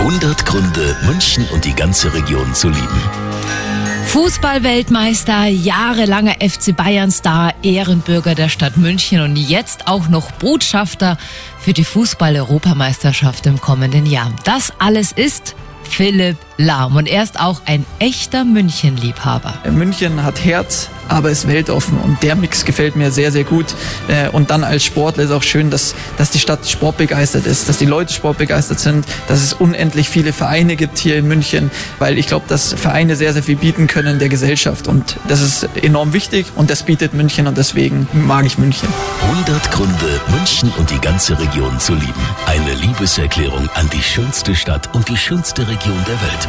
100 Gründe, München und die ganze Region zu lieben. Fußball-Weltmeister, jahrelanger FC Bayern-Star, Ehrenbürger der Stadt München und jetzt auch noch Botschafter für die Fußball-Europameisterschaft im kommenden Jahr. Das alles ist Philipp Lahm und er ist auch ein echter München-Liebhaber. München hat Herz, aber ist weltoffen und der Mix gefällt mir sehr, sehr gut. Und dann als Sportler ist auch schön, dass die Stadt sportbegeistert ist, dass die Leute sportbegeistert sind, dass es unendlich viele Vereine gibt hier in München, weil ich glaube, dass Vereine sehr, sehr viel bieten können der Gesellschaft und das ist enorm wichtig und das bietet München und deswegen mag ich München. 100 Gründe, München und die ganze Region zu lieben. Eine Liebeserklärung an die schönste Stadt und die schönste Region der Welt.